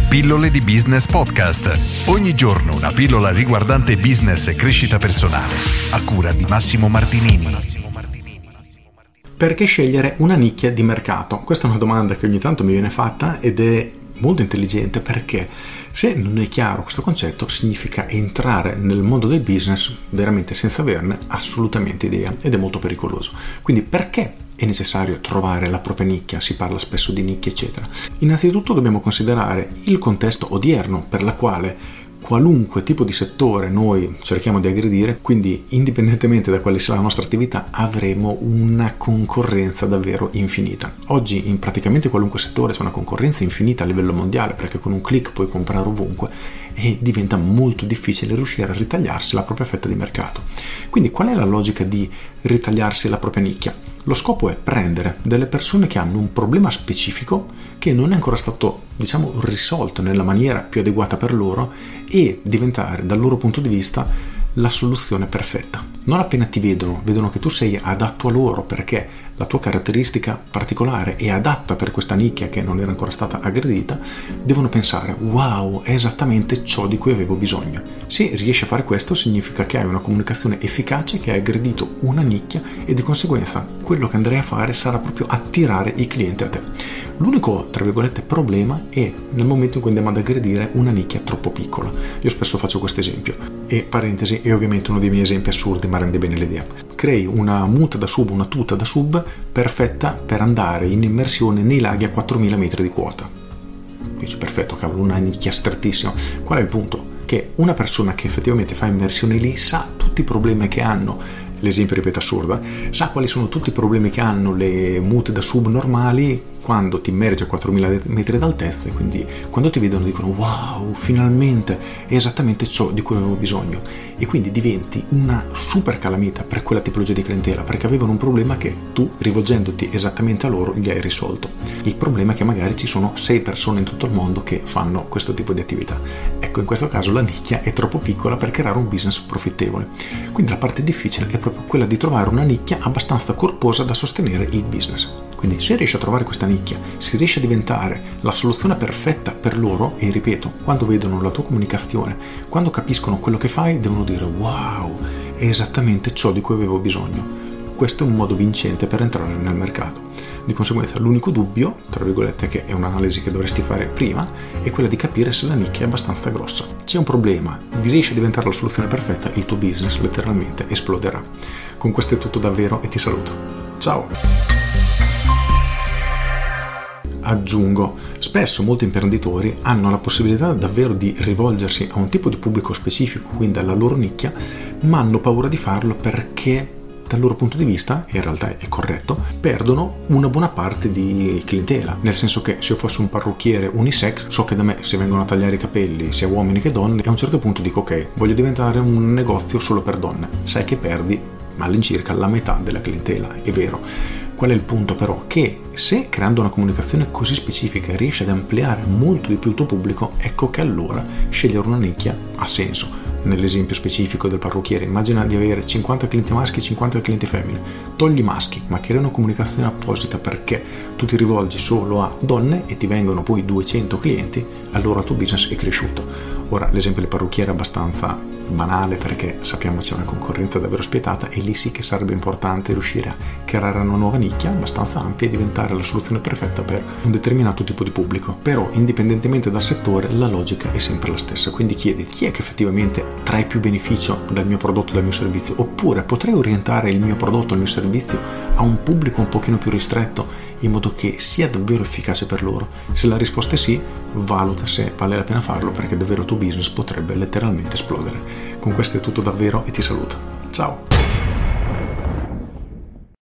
Pillole di Business Podcast. Ogni giorno una pillola riguardante business e crescita personale. A cura di Massimo Martinini. Perché scegliere una nicchia di mercato? Questa è una domanda che ogni tanto mi viene fatta ed è molto intelligente, perché se non è chiaro questo concetto significa entrare nel mondo del business veramente senza averne assolutamente idea, ed è molto pericoloso. Quindi perché è necessario trovare la propria nicchia? Si parla spesso di nicchie eccetera. Innanzitutto dobbiamo considerare il contesto odierno per la quale qualunque tipo di settore noi cerchiamo di aggredire, quindi indipendentemente da quale sia la nostra attività avremo una concorrenza davvero infinita. Oggi in praticamente qualunque settore c'è una concorrenza infinita a livello mondiale, perché con un click puoi comprare ovunque e diventa molto difficile riuscire a ritagliarsi la propria fetta di mercato. Quindi qual è la logica di ritagliarsi la propria nicchia? Lo scopo è prendere delle persone che hanno un problema specifico che non è ancora stato, risolto nella maniera più adeguata per loro e diventare dal loro punto di vista la soluzione perfetta. Non appena ti vedono che tu sei adatto a loro perché la tua caratteristica particolare è adatta per questa nicchia che non era ancora stata aggredita, devono pensare: wow, è esattamente ciò di cui avevo bisogno. Se riesci a fare questo significa che hai una comunicazione efficace, che hai aggredito una nicchia e di conseguenza quello che andrai a fare sarà proprio attirare i clienti a te. L'unico, tra virgolette, problema è nel momento in cui andiamo ad aggredire una nicchia troppo piccola. Io spesso faccio questo esempio e, parentesi, è ovviamente uno dei miei esempi assurdi ma rende bene l'idea. Crei una muta da sub, una tuta da sub perfetta per andare in immersione nei laghi a 4000 metri di quota. Dici, perfetto, cavolo, una nicchia strettissima. Qual è il punto? Che una persona che effettivamente fa immersione lì sa tutti i problemi che hanno, l'esempio, ripeto, assurda, sa quali sono tutti i problemi che hanno le mute da sub normali quando ti immergi a 4000 metri d'altezza, e quindi quando ti vedono dicono: wow, finalmente è esattamente ciò di cui avevo bisogno, e quindi diventi una super calamita per quella tipologia di clientela, perché avevano un problema che tu, rivolgendoti esattamente a loro, gli hai risolto. Il problema è che magari ci sono 6 persone in tutto il mondo che fanno questo tipo di attività. Ecco, in questo caso la nicchia è troppo piccola per creare un business profittevole. Quindi la parte difficile è proprio quella di trovare una nicchia abbastanza corposa da sostenere il business. Quindi se riesci a trovare questa nicchia, se riesci a diventare la soluzione perfetta per loro, e ripeto, quando vedono la tua comunicazione, quando capiscono quello che fai, devono dire: wow, è esattamente ciò di cui avevo bisogno. Questo è un modo vincente per entrare nel mercato. Di conseguenza l'unico dubbio, tra virgolette, che è un'analisi che dovresti fare prima, è quella di capire se la nicchia è abbastanza grossa. C'è un problema, riesci a diventare la soluzione perfetta, il tuo business letteralmente esploderà. Con questo è tutto davvero e ti saluto. Ciao! Aggiungo, spesso molti imprenditori hanno la possibilità davvero di rivolgersi a un tipo di pubblico specifico, quindi alla loro nicchia, ma hanno paura di farlo perché dal loro punto di vista, e in realtà è corretto, perdono una buona parte di clientela. Nel senso che se io fossi un parrucchiere unisex, so che da me si vengono a tagliare i capelli sia uomini che donne, e a un certo punto dico: ok, voglio diventare un negozio solo per donne. Sai che perdi all'incirca la metà della clientela, è vero. Qual è il punto però? Che se creando una comunicazione così specifica riesci ad ampliare molto di più il tuo pubblico, ecco che allora scegliere una nicchia ha senso. Nell'esempio specifico del parrucchiere, immagina di avere 50 clienti maschi e 50 clienti femmine. Togli i maschi, ma crea una comunicazione apposita perché tu ti rivolgi solo a donne e ti vengono poi 200 clienti, allora il tuo business è cresciuto. Ora, l'esempio del parrucchiere è abbastanza banale perché sappiamo c'è una concorrenza davvero spietata, e lì sì che sarebbe importante riuscire a creare una nuova nicchia abbastanza ampia e diventare la soluzione perfetta per un determinato tipo di pubblico. Però indipendentemente dal settore la logica è sempre la stessa, quindi chiediti: chi è che effettivamente trae più beneficio dal mio prodotto, dal mio servizio? Oppure potrei orientare il mio prodotto, il mio servizio a un pubblico un pochino più ristretto in modo che sia davvero efficace per loro? Se la risposta è sì, valuta se vale la pena farlo, perché davvero il tuo business potrebbe letteralmente esplodere. Con questo è tutto davvero e ti saluto. Ciao!